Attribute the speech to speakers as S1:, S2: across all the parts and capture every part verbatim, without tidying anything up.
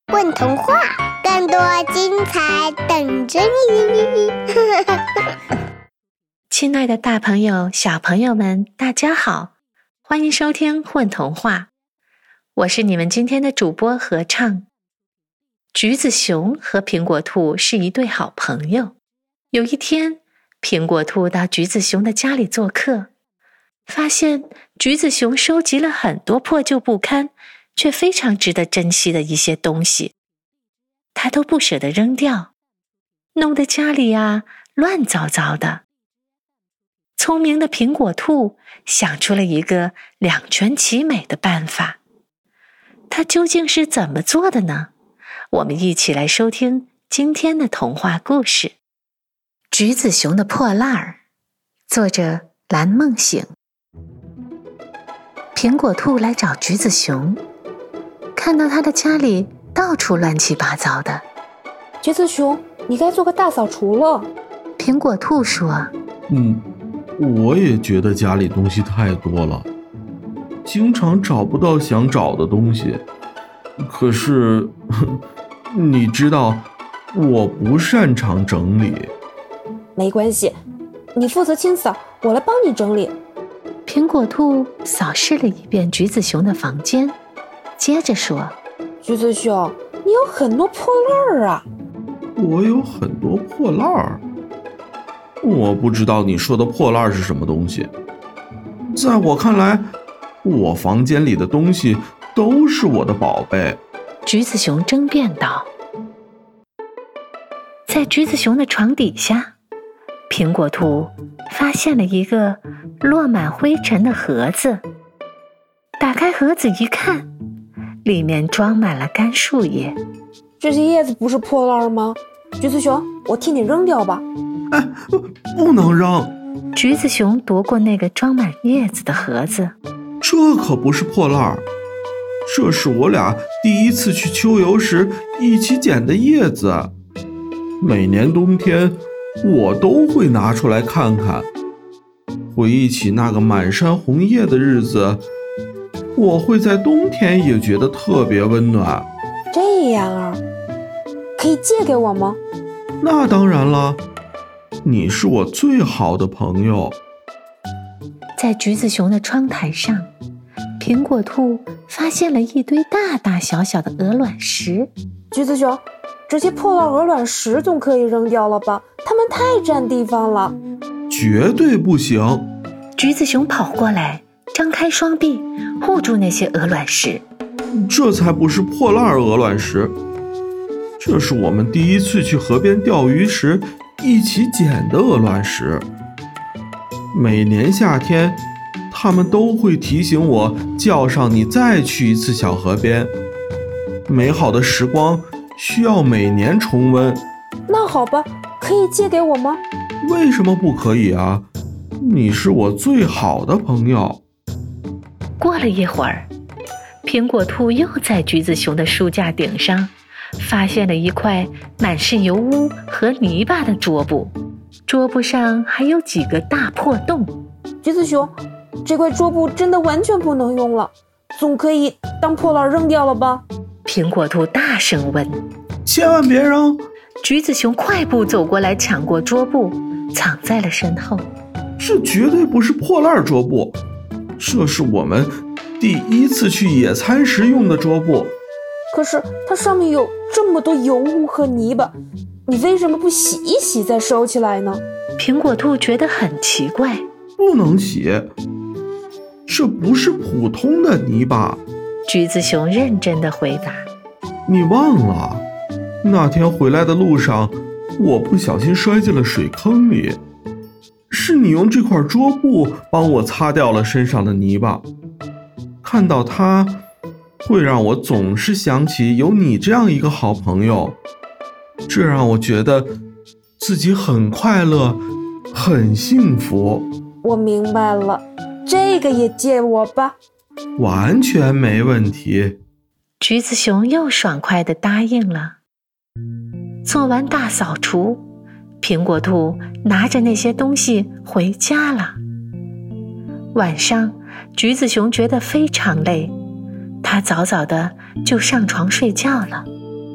S1: 混童话，更多精彩等着你！
S2: 亲爱的大朋友、小朋友们，大家好，欢迎收听混童话，我是你们今天的主播合唱。橘子熊和苹果兔是一对好朋友。有一天，苹果兔到橘子熊的家里做客，发现橘子熊收集了很多破旧不堪却非常值得珍惜的一些东西，他都不舍得扔掉，弄得家里啊乱糟糟的。聪明的苹果兔想出了一个两全其美的办法，它究竟是怎么做的呢？我们一起来收听今天的童话故事《橘子熊的破烂儿》，作者蓝梦醒。苹果兔来找橘子熊，看到他的家里到处乱七八糟的。
S3: 橘子熊，你该做个大扫除了。
S2: 苹果兔说：
S4: 嗯，我也觉得家里东西太多了，经常找不到想找的东西。可是你知道我不擅长整理。
S3: 没关系，你负责清扫，我来帮你整理。
S2: 苹果兔扫视了一遍橘子熊的房间，接着说：
S3: 橘子熊，你有很多破烂儿啊。
S4: 我有很多破烂儿？我不知道你说的破烂是什么东西。在我看来，我房间里的东西都是我的宝贝。
S2: 橘子熊争辩道。在橘子熊的床底下，苹果兔发现了一个落满灰尘的盒子。打开盒子一看，里面装满了干树叶。
S3: 这些叶子不是破烂吗？橘子熊，我替你扔掉吧。
S4: 哎，不能扔！
S2: 橘子熊夺过那个装满叶子的盒子。
S4: 这可不是破烂儿，这是我俩第一次去秋游时一起捡的叶子。每年冬天我都会拿出来看看，回忆起那个满山红叶的日子，我会在冬天也觉得特别温暖。
S3: 这样啊，可以借给我吗？
S4: 那当然了，你是我最好的朋友。
S2: 在橘子熊的窗台上，苹果兔发现了一堆大大小小的鹅卵石。
S3: 橘子熊，这些破烂鹅卵石总可以扔掉了吧？它们太占地方了。
S4: 绝对不行！
S2: 橘子熊跑过来，张开双臂护住那些鹅卵石。
S4: 这才不是破烂鹅卵石，这是我们第一次去河边钓鱼时一起捡的鹅卵石。每年夏天，他们都会提醒我叫上你再去一次小河边。美好的时光需要每年重温。
S3: 那好吧，可以借给我吗？
S4: 为什么不可以啊？你是我最好的朋友。
S2: 过了一会儿，苹果兔又在橘子熊的书架顶上发现了一块满是油污和泥巴的桌布，桌布上还有几个大破洞。
S3: 橘子熊，这块桌布真的完全不能用了，总可以当破烂扔掉了吧？
S2: 苹果兔大声问。
S4: 千万别扔！
S2: 橘子熊快步走过来，抢过桌布，藏在了身后。
S4: 这绝对不是破烂桌布，这是我们第一次去野餐时用的桌布。
S3: 可是它上面有这么多油污和泥巴，你为什么不洗一洗再收起来呢？
S2: 苹果兔觉得很奇怪。
S4: 不能洗，这不是普通的泥巴。
S2: 橘子熊认真地回答。
S4: 你忘了，那天回来的路上，我不小心摔进了水坑里，是你用这块桌布帮我擦掉了身上的泥巴。看到它，会让我总是想起有你这样一个好朋友，这让我觉得自己很快乐，很幸福。
S3: 我明白了，这个也借我吧。
S4: 完全没问题。
S2: 橘子熊又爽快地答应了。做完大扫除，苹果兔拿着那些东西回家了。晚上，橘子熊觉得非常累，他早早的就上床睡觉了。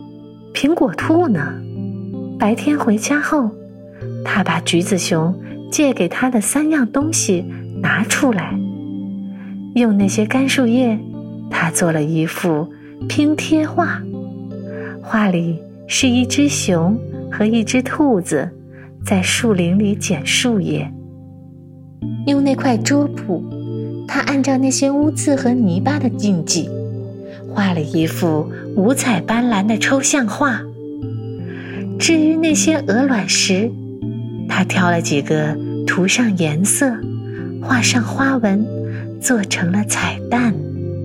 S2: 苹果兔呢？白天回家后，他把橘子熊借给他的三样东西拿出来，用那些干树叶，他做了一幅拼贴画。画里是一只熊和一只兔子在树林里捡树叶。用那块桌布，他按照那些污渍和泥巴的印记，画了一幅五彩斑斓的抽象画。至于那些鹅卵石，他挑了几个涂上颜色，画上花纹，做成了彩蛋。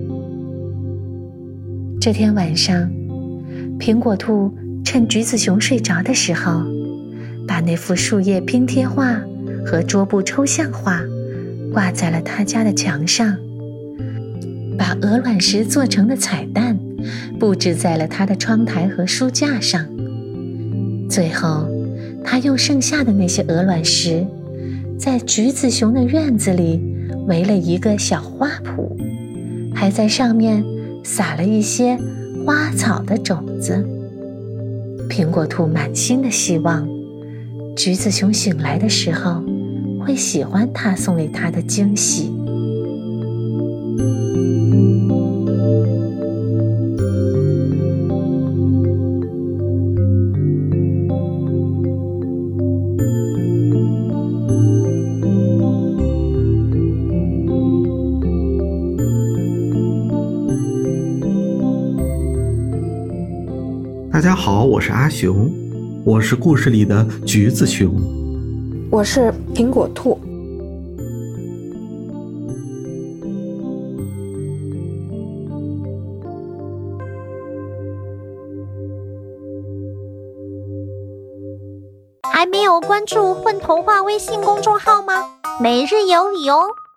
S2: 这天晚上，苹果兔趁橘子熊睡着的时候，把那幅树叶拼贴画和桌布抽象画挂在了他家的墙上，把鹅卵石做成的彩蛋布置在了他的窗台和书架上。最后，他用剩下的那些鹅卵石，在橘子熊的院子里围了一个小花圃，还在上面撒了一些花草的种子。苹果兔满心的希望，橘子熊醒来的时候会喜欢他送给他的惊喜。
S4: 大家好，我是阿熊，我是故事里的橘子熊。
S3: 我是苹果兔。
S1: 还没有关注混童话微信公众号吗？每日有礼哦。